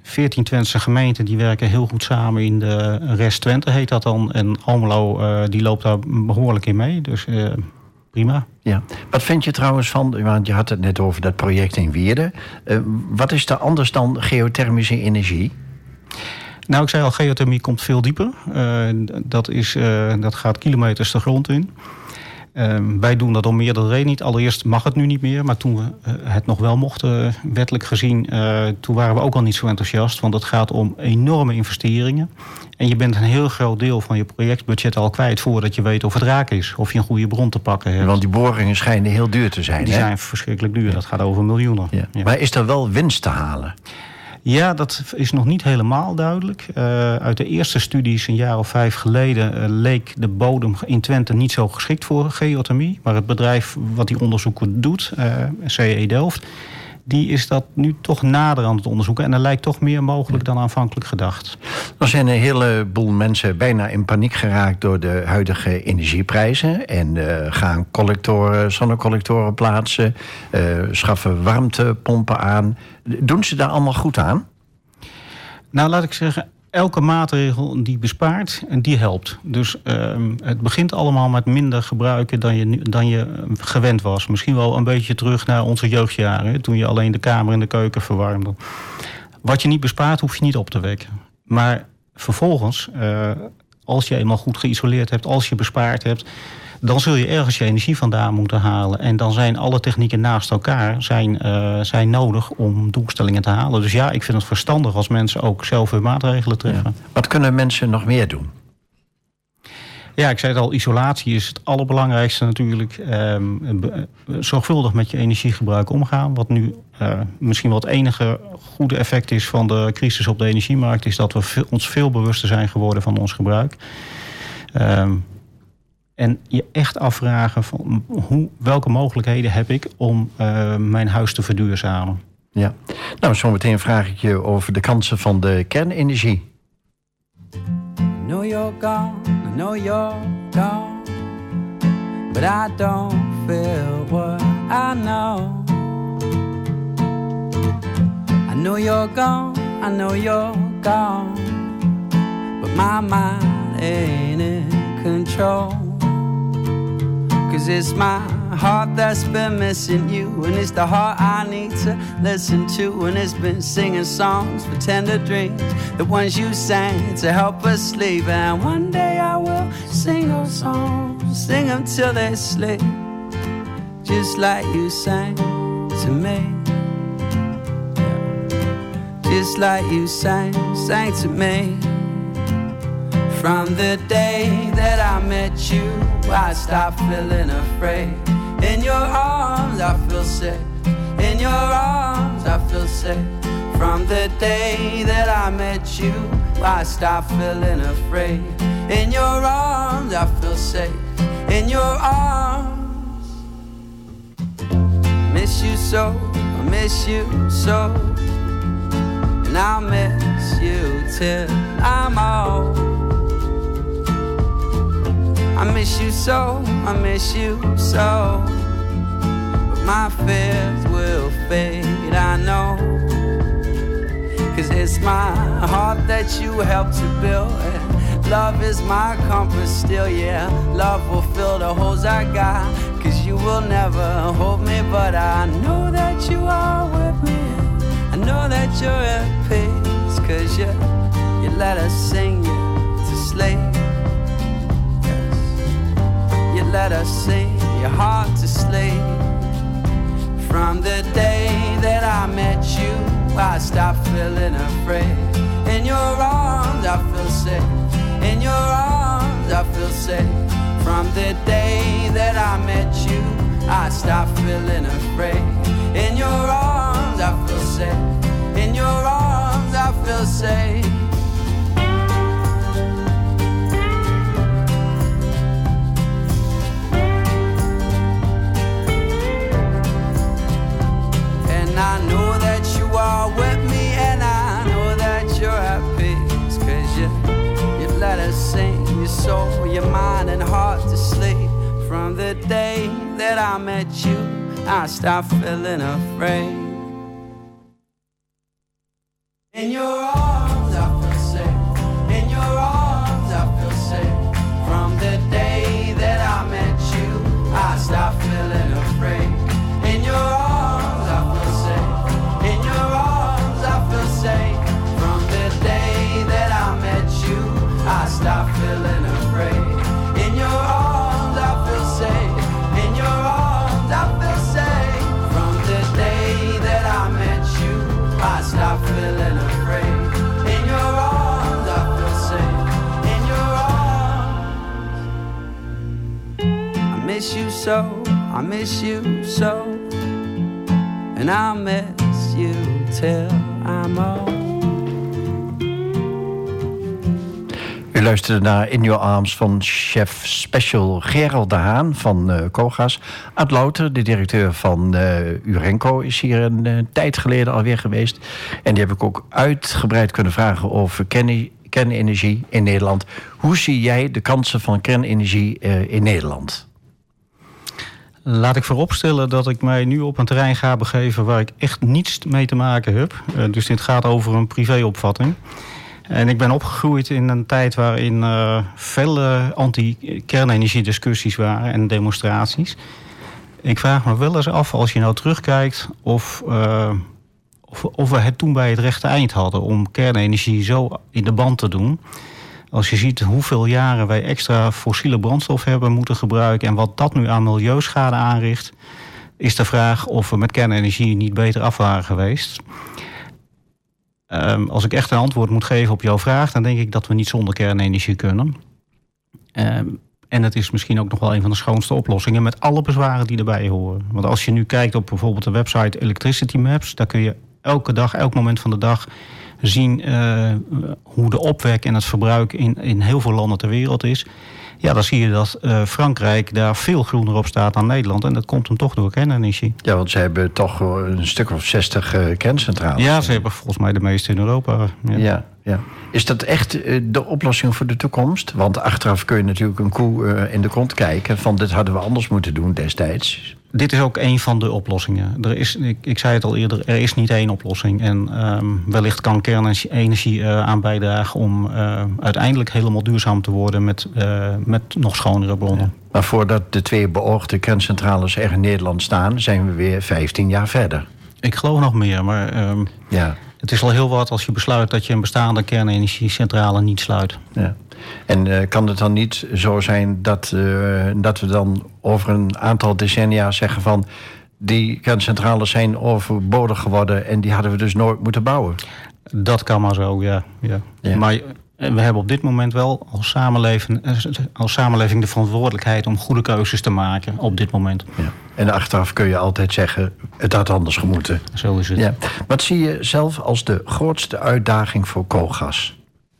veertien Twentse gemeenten die werken heel goed samen in de Rest Twente, heet dat dan. En Almelo uh, die loopt daar behoorlijk in mee. Dus uh, prima. Ja. Wat vind je trouwens van, want je had het net over dat project in Wierden. Uh, wat is er anders dan geothermische energie? Nou, ik zei al, geothermie komt veel dieper. Uh, dat, is, uh, dat gaat kilometers de grond in. Uh, wij doen dat om meerdere redenen niet. Allereerst mag het nu niet meer, maar toen we uh, het nog wel mochten, uh, wettelijk gezien, uh, toen waren we ook al niet zo enthousiast. Want het gaat om enorme investeringen. En je bent een heel groot deel van je projectbudget al kwijt voordat je weet of het raak is. Of je een goede bron te pakken hebt. Want die boringen schijnen heel duur te zijn. Die hè? zijn verschrikkelijk duur. Dat gaat over miljoenen. Ja. Ja. Maar is er wel winst te halen? Ja, dat is nog niet helemaal duidelijk. Uh, uit de eerste studies een jaar of vijf geleden uh, leek de bodem in Twente niet zo geschikt voor geothermie. Maar het bedrijf wat die onderzoeken doet, uh, C E Delft, die is dat nu toch nader aan het onderzoeken. En er lijkt toch meer mogelijk dan aanvankelijk gedacht. Er zijn een heleboel mensen bijna in paniek geraakt door de huidige energieprijzen. En uh, gaan collectoren, zonnecollectoren plaatsen, uh, schaffen warmtepompen aan. Doen ze daar allemaal goed aan? Nou, laat ik zeggen, elke maatregel die bespaart, en die helpt. Dus uh, het begint allemaal met minder gebruiken dan je, dan je gewend was. Misschien wel een beetje terug naar onze jeugdjaren, toen je alleen de kamer en de keuken verwarmde. Wat je niet bespaart, hoef je niet op te wekken. Maar vervolgens, uh, als je eenmaal goed geïsoleerd hebt, als je bespaard hebt, dan zul je ergens je energie vandaan moeten halen. En dan zijn alle technieken naast elkaar zijn, uh, zijn nodig om doelstellingen te halen. Dus ja, ik vind het verstandig als mensen ook zelf hun maatregelen treffen. Ja. Wat kunnen mensen nog meer doen? Ja, ik zei het al, isolatie is het allerbelangrijkste natuurlijk. Um, zorgvuldig met je energiegebruik omgaan. Wat nu uh, misschien wel het enige goede effect is van de crisis op de energiemarkt, is dat we veel, ons veel bewuster zijn geworden van ons gebruik. Um, En je echt afvragen van hoe, welke mogelijkheden heb ik om uh, mijn huis te verduurzamen. Ja, nou zometeen vraag ik je over de kansen van de kernenergie. I know you're gone, I know you're gone, but I don't feel what I know. I know you're gone, I know you're gone, but my mind ain't in control. Cause it's my heart that's been missing you, and it's the heart I need to listen to, and it's been singing songs for tender dreams, the ones you sang to help us sleep. And one day I will sing those songs, sing them till they sleep, just like you sang to me. Just like you sang, sang to me. From the day that I met you, I stopped feeling afraid. In your arms I feel safe, in your arms I feel safe. From the day that I met you, I stopped feeling afraid. In your arms I feel safe, in your arms. Miss you so, I miss you so, and I'll miss you till I'm old. I miss you so, I miss you so, but my fears will fade, I know. Cause it's my heart that you helped to build, and love is my compass still, yeah. Love will fill the holes I got, cause you will never hold me, but I know that you are with me. I know that you're at peace, cause you, you let us sing you to sleep. Let us sing your heart to sleep. From the day that I met you, I stopped feeling afraid. In your arms I feel safe, in your arms I feel safe. From the day that I met you, I stopped feeling afraid. In your arms I feel safe, in your arms I feel safe. I know that you are with me, and I know that you're at peace, cause you, you let us sing your soul, your mind and heart to sleep. From the day that I met you, I stopped feeling afraid. In your arms I feel safe. In your arms I feel safe. From the day that I met you, I stopped feeling afraid. In your arms I feel safe. In your arms I feel safe. From the day that I met you, I stopped feeling afraid. In your arms I feel safe. In your arms I feel safe. From the day that I met you, I stopped feeling afraid. In your arms I feel safe. In your arms. I miss you so, I miss you so. And I'll miss you till I'm old. U luisterde naar In Your Arms van chef special Gerald de Haan van uh, Kogas. Ad Louter, de directeur van uh, Urenco, is hier een uh, tijd geleden alweer geweest. En die heb ik ook uitgebreid kunnen vragen over kern- kernenergie in Nederland. Hoe zie jij de kansen van kernenergie uh, in Nederland? Laat ik vooropstellen dat ik mij nu op een terrein ga begeven waar ik echt niets mee te maken heb. Uh, dus dit gaat over een privéopvatting. En ik ben opgegroeid in een tijd waarin uh, vele anti-kernenergiediscussies waren en demonstraties. Ik vraag me wel eens af, als je nou terugkijkt, of, uh, of, of we het toen bij het rechte eind hadden om kernenergie zo in de band te doen. Als je ziet hoeveel jaren wij extra fossiele brandstof hebben moeten gebruiken en wat dat nu aan milieuschade aanricht, is de vraag of we met kernenergie niet beter af waren geweest. Um, als ik echt een antwoord moet geven op jouw vraag, dan denk ik dat we niet zonder kernenergie kunnen. Um, en het is misschien ook nog wel een van de schoonste oplossingen met alle bezwaren die erbij horen. Want als je nu kijkt op bijvoorbeeld de website Electricity Maps, daar kun je elke dag, elk moment van de dag zien uh, hoe de opwek en het verbruik in, in heel veel landen ter wereld is. Ja, dan zie je dat uh, Frankrijk daar veel groener op staat dan Nederland. En dat komt hem toch door kernenergie. Ja, want ze hebben toch een stuk of zestig uh, kerncentrales. Ja, ze hebben volgens mij de meeste in Europa. Ja. Ja, ja. Is dat echt uh, de oplossing voor de toekomst? Want achteraf kun je natuurlijk een koe uh, in de kont kijken van dit hadden we anders moeten doen destijds. Dit is ook een van de oplossingen. Er is, ik, ik zei het al eerder, er is niet één oplossing. En um, wellicht kan kernenergie uh, aan bijdragen om uh, uiteindelijk helemaal duurzaam te worden met, uh, met nog schonere bronnen. Ja. Maar voordat de twee beoogde kerncentrales er in Nederland staan, zijn we weer vijftien jaar verder. Ik geloof nog meer, maar um, ja. Het is al heel wat als je besluit dat je een bestaande kernenergiecentrale niet sluit. Ja. En uh, kan het dan niet zo zijn dat, uh, dat we dan over een aantal decennia zeggen van die kerncentrales zijn overbodig geworden en die hadden we dus nooit moeten bouwen? Dat kan maar zo, ja. ja. ja. Maar we hebben op dit moment wel als samenleving, als samenleving de verantwoordelijkheid om goede keuzes te maken op dit moment. Ja. En achteraf kun je altijd zeggen, het had anders gemoeten. Zo is het. Ja. Wat zie je zelf als de grootste uitdaging voor Kogas?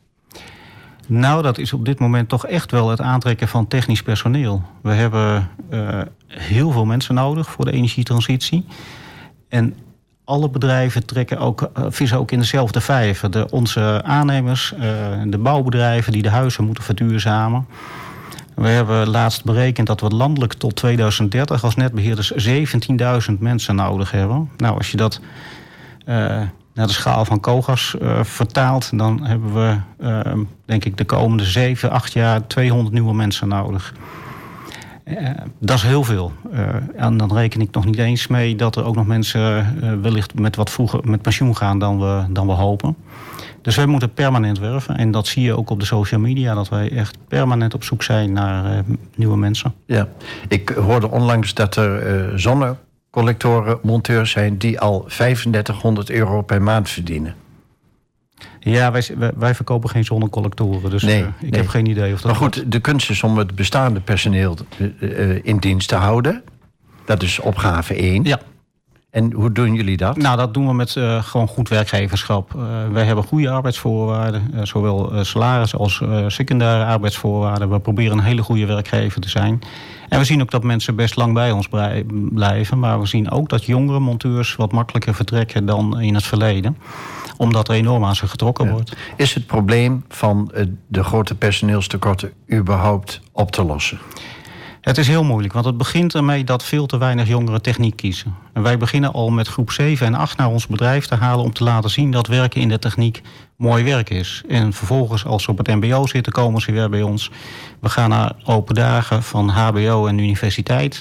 Nou, dat is op dit moment toch echt wel het aantrekken van technisch personeel. We hebben uh, heel veel mensen nodig voor de energietransitie. En alle bedrijven trekken ook, uh, vissen ook in dezelfde vijver. De, onze aannemers, uh, de bouwbedrijven die de huizen moeten verduurzamen. We hebben laatst berekend dat we landelijk tot tweeduizend dertig als netbeheerders zeventienduizend mensen nodig hebben. Nou, als je dat uh, naar de schaal van Kogas uh, vertaalt, dan hebben we, uh, denk ik, de komende zeven, acht jaar tweehonderd nieuwe mensen nodig. Uh, dat is heel veel. Uh, en dan reken ik nog niet eens mee dat er ook nog mensen uh, wellicht met wat vroeger met pensioen gaan dan we, dan we hopen. Dus wij moeten permanent werven. En dat zie je ook op de social media, dat wij echt permanent op zoek zijn naar uh, nieuwe mensen. Ja, ik hoorde onlangs dat er uh, zonnecollectoren, monteurs zijn die al vijfendertighonderd euro per maand verdienen. Ja, wij, wij, wij verkopen geen zonnecollectoren, dus nee, uh, ik nee. heb geen idee of dat... Maar goed, de kunst is om het bestaande personeel uh, uh, in dienst te houden. Dat is opgave één. Ja. En hoe doen jullie dat? Nou, dat doen we met uh, gewoon goed werkgeverschap. Uh, wij hebben goede arbeidsvoorwaarden, uh, zowel uh, salaris als uh, secundaire arbeidsvoorwaarden. We proberen een hele goede werkgever te zijn. En we zien ook dat mensen best lang bij ons blijven. Maar we zien ook dat jongere monteurs wat makkelijker vertrekken dan in het verleden. Omdat er enorm aan ze getrokken ja. wordt. Is het probleem van uh, de grote personeelstekorten überhaupt op te lossen? Het is heel moeilijk, want het begint ermee dat veel te weinig jongeren techniek kiezen. En wij beginnen al met groep zeven en acht naar ons bedrijf te halen om te laten zien dat werken in de techniek mooi werk is. En vervolgens, als ze op het mbo zitten, komen ze weer bij ons. We gaan naar open dagen van hbo en universiteit.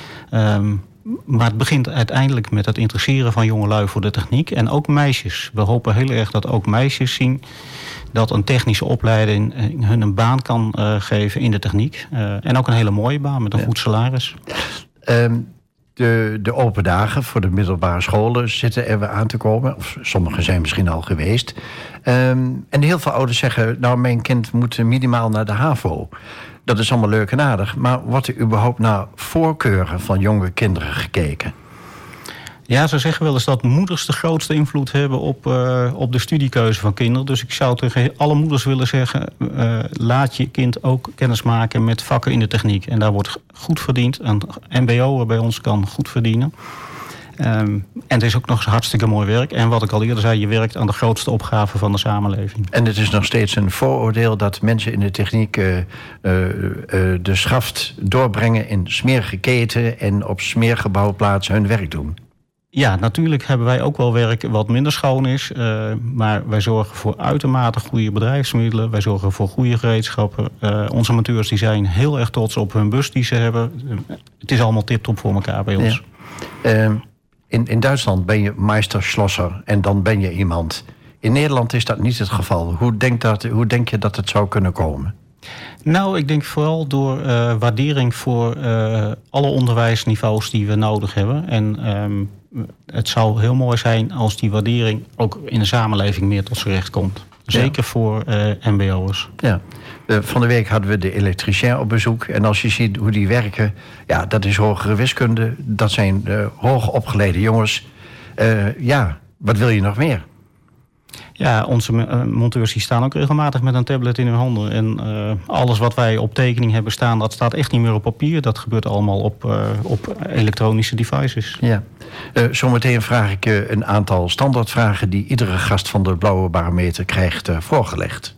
Um, maar het begint uiteindelijk met het interesseren van jongelui voor de techniek. En ook meisjes. We hopen heel erg dat ook meisjes zien dat een technische opleiding hun een baan kan uh, geven in de techniek. Uh, en ook een hele mooie baan met een ja. goed salaris. Um, de, de open dagen voor de middelbare scholen zitten er weer aan te komen. Of sommige zijn misschien al geweest. Um, en heel veel ouders zeggen, nou, mijn kind moet minimaal naar de HAVO. Dat is allemaal leuk en aardig. Maar wordt er überhaupt naar voorkeuren van jonge kinderen gekeken? Ja, ze zeggen wel eens dat moeders de grootste invloed hebben op, uh, op de studiekeuze van kinderen. Dus ik zou tegen alle moeders willen zeggen, Uh, laat je kind ook kennis maken met vakken in de techniek. En daar wordt goed verdiend. Een mbo'er bij ons kan goed verdienen. Um, en het is ook nog hartstikke mooi werk. En wat ik al eerder zei, je werkt aan de grootste opgave van de samenleving. En het is nog steeds een vooroordeel dat mensen in de techniek uh, uh, uh, de schaft doorbrengen in smerige keten en op smerige bouwplaatsen hun werk doen. Ja, natuurlijk hebben wij ook wel werk wat minder schoon is. Uh, maar wij zorgen voor uitermate goede bedrijfsmiddelen. Wij zorgen voor goede gereedschappen. Uh, onze monteurs die zijn heel erg trots op hun bus die ze hebben. Uh, het is allemaal tip-top voor elkaar bij ons. Ja. Uh, in, in Duitsland ben je Meisterschlosser en dan ben je iemand. In Nederland is dat niet het geval. Hoe denk, dat, hoe denk je dat het zou kunnen komen? Nou, ik denk vooral door uh, waardering voor uh, alle onderwijsniveaus die we nodig hebben. En um, het zou heel mooi zijn als die waardering ook in de samenleving meer tot z'n recht komt. Zeker ja. voor uh, mbo'ers. Ja. Uh, van de week hadden we de elektricien op bezoek. En als je ziet hoe die werken, ja, dat is hogere wiskunde. Dat zijn uh, hoogopgeleide jongens. Uh, ja, wat wil je nog meer? Ja, onze uh, monteurs die staan ook regelmatig met een tablet in hun handen. En uh, alles wat wij op tekening hebben staan, dat staat echt niet meer op papier. Dat gebeurt allemaal op, uh, op elektronische devices. Ja. Uh, zometeen vraag ik uh, een aantal standaardvragen die iedere gast van de Blauwe Barometer krijgt uh, voorgelegd.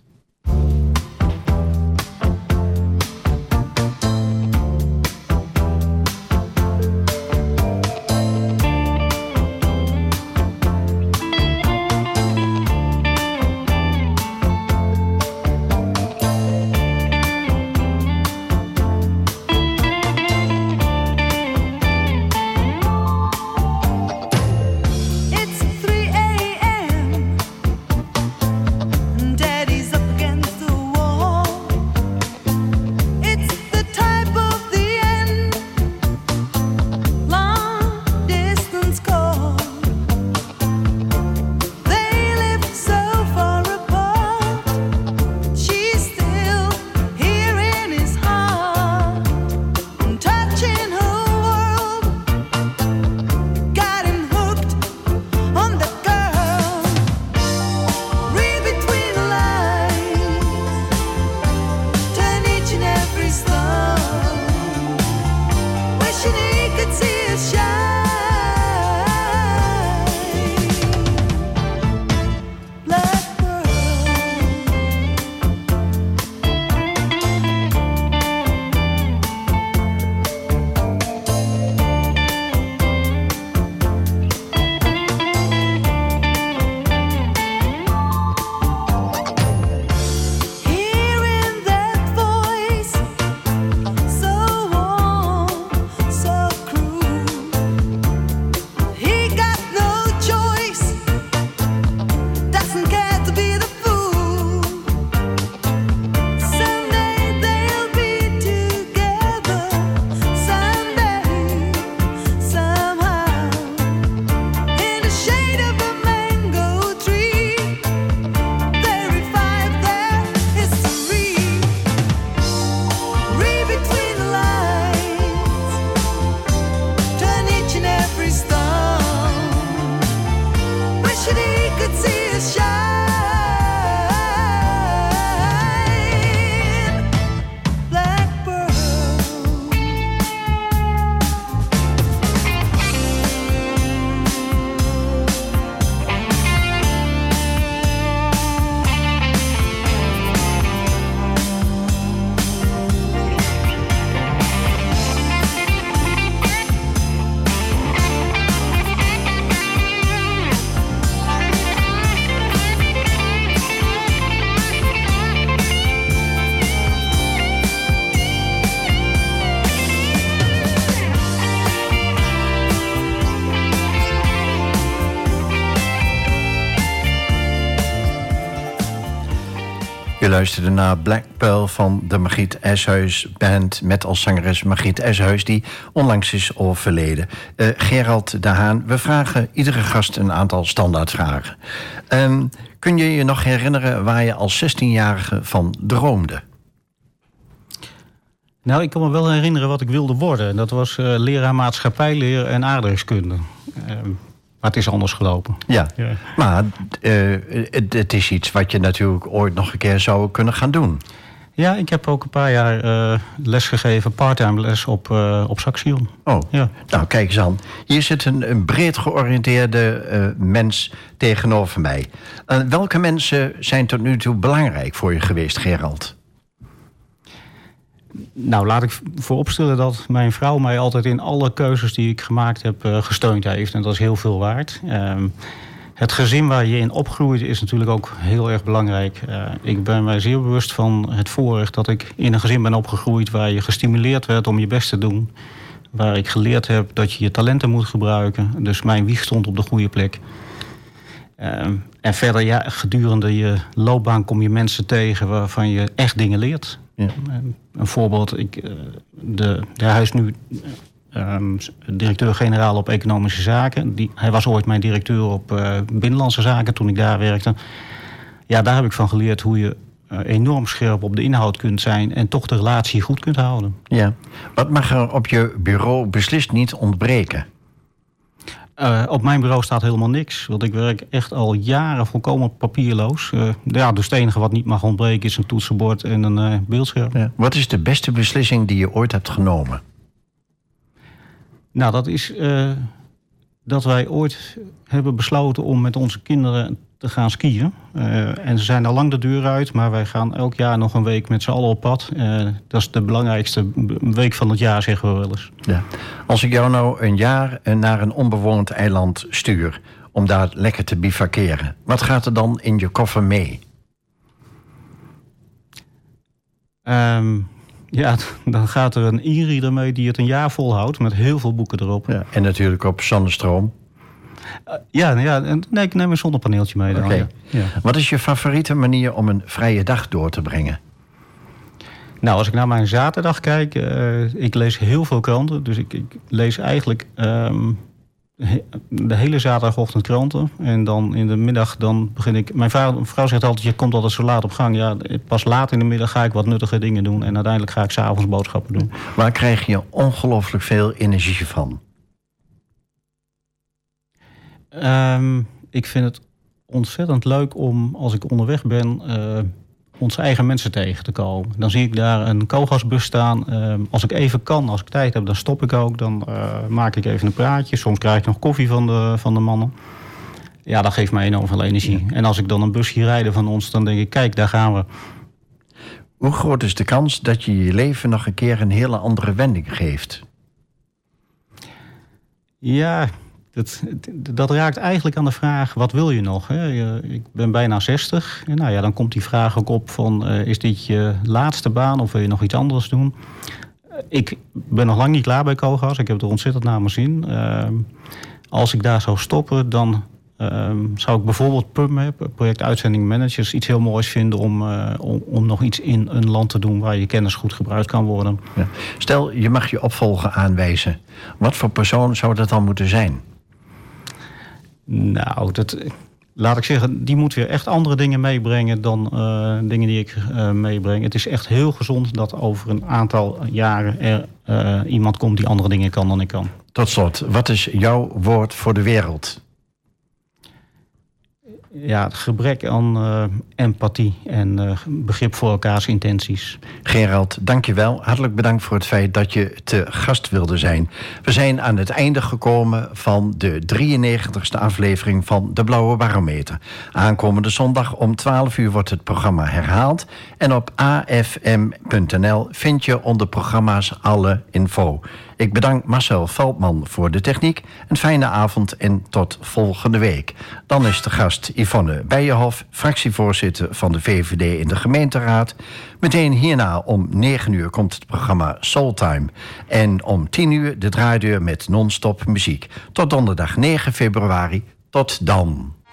It's three a.m. Daddy's up Je luisterde naar Black Pearl van de Margriet Eshuis Band... met als zangeres Margriet Eshuis, die onlangs is overleden. Uh, Gerald de Haan, we vragen iedere gast een aantal standaardvragen. Um, kun je je nog herinneren waar je als zestienjarige van droomde? Nou, ik kan me wel herinneren wat ik wilde worden. Dat was uh, leraar maatschappijleer en aardrijkskunde. Uh, maar het is anders gelopen. Ja, ja. maar uh, het, het is iets wat je natuurlijk ooit nog een keer zou kunnen gaan doen. Ja, ik heb ook een paar jaar uh, les gegeven, parttime les op, uh, op saxofoon. Oh, ja. Nou kijk eens aan. Hier zit een, een breed georiënteerde uh, mens tegenover mij. Uh, welke mensen zijn tot nu toe belangrijk voor je geweest, Gerald? Nou, laat ik vooropstellen dat mijn vrouw mij altijd in alle keuzes die ik gemaakt heb uh, gesteund heeft. En dat is heel veel waard. Uh, het gezin waar je in opgroeit is natuurlijk ook heel erg belangrijk. Uh, ik ben mij zeer bewust van het voorrecht dat ik in een gezin ben opgegroeid waar je gestimuleerd werd om je best te doen. Waar ik geleerd heb dat je je talenten moet gebruiken. Dus mijn wieg stond op de goede plek. Uh, en verder, ja, gedurende je loopbaan kom je mensen tegen waarvan je echt dingen leert. Ja. Een voorbeeld, ik, de, de, hij is nu um, directeur-generaal op economische zaken. Die, hij was ooit mijn directeur op uh, binnenlandse zaken toen ik daar werkte. Ja, daar heb ik van geleerd hoe je uh, enorm scherp op de inhoud kunt zijn en toch de relatie goed kunt houden. Ja. Wat mag er op je bureau beslist niet ontbreken? Uh, op mijn bureau staat helemaal niks. Want ik werk echt al jaren volkomen papierloos. Uh, ja, dus het enige wat niet mag ontbreken is een toetsenbord en een uh, beeldscherm. Ja. Wat is de beste beslissing die je ooit hebt genomen? Nou, dat is uh, dat wij ooit hebben besloten om met onze kinderen te gaan skiën. Uh, en ze zijn al lang de deur uit, maar wij gaan elk jaar nog een week met z'n allen op pad. Uh, dat is de belangrijkste week van het jaar, zeggen we wel eens. Ja. Als ik jou nou een jaar naar een onbewoond eiland stuur om daar lekker te bivakeren, wat gaat er dan in je koffer mee? Um, ja, dan gaat er een e-reader mee die het een jaar volhoudt met heel veel boeken erop. Ja, en natuurlijk op zonnestroom. Uh, ja, ja, nee, ik neem een zonnepaneeltje mee. Okay. Ja. Ja. Wat is je favoriete manier om een vrije dag door te brengen? Nou, als ik naar mijn zaterdag kijk, uh, ik lees heel veel kranten. Dus ik, ik lees eigenlijk um, he, de hele zaterdagochtend kranten. En dan in de middag dan begin ik... Mijn vrouw, mijn vrouw zegt altijd, je komt altijd zo laat op gang. Ja, pas laat in de middag ga ik wat nuttige dingen doen. En uiteindelijk ga ik 's avonds boodschappen doen. Waar krijg je ongelooflijk veel energie van? Um, ik vind het ontzettend leuk om, als ik onderweg ben, uh, onze eigen mensen tegen te komen. Dan zie ik daar een koolgasbus staan. Uh, als ik even kan, als ik tijd heb, dan stop ik ook. Dan uh, maak ik even een praatje. Soms krijg ik nog koffie van de, van de mannen. Ja, dat geeft mij enorm veel energie. Ja. En als ik dan een busje rijden van ons, dan denk ik, kijk, daar gaan we. Hoe groot is de kans dat je je leven nog een keer een hele andere wending geeft? Ja... Dat, dat raakt eigenlijk aan de vraag, wat wil je nog? Hè? Ik ben bijna zestig. En nou ja, dan komt die vraag ook op van, uh, is dit je laatste baan of wil je nog iets anders doen? Ik ben nog lang niet klaar bij Koolgas. Ik heb het er ontzettend naar mijn zin. Uh, als ik daar zou stoppen, dan uh, zou ik bijvoorbeeld P U M, project uitzending managers, iets heel moois vinden om, uh, om, om nog iets in een land te doen waar je kennis goed gebruikt kan worden. Ja. Stel, je mag je opvolger aanwijzen. Wat voor persoon zou dat dan moeten zijn? Nou, dat, laat ik zeggen, die moet weer echt andere dingen meebrengen dan uh, dingen die ik uh, meebreng. Het is echt heel gezond dat over een aantal jaren er uh, iemand komt die andere dingen kan dan ik kan. Tot slot, wat is jouw woord voor de wereld? Ja, het gebrek aan uh, empathie en uh, begrip voor elkaars intenties. Gerald, dank je wel. Hartelijk bedankt voor het feit dat je te gast wilde zijn. We zijn aan het einde gekomen van de drieënnegentigste aflevering van De Blauwe Barometer. Aankomende zondag om twaalf uur wordt het programma herhaald. En op a f m punt n l vind je onder programma's alle info. Ik bedank Marcel Veldman voor de techniek. Een fijne avond en tot volgende week. Dan is de gast Yvonne Bijenhof, fractievoorzitter van de V V D in de gemeenteraad. Meteen hierna om negen uur komt het programma Soultime. En om tien uur de draaideur met non-stop muziek. Tot donderdag negen februari. Tot dan.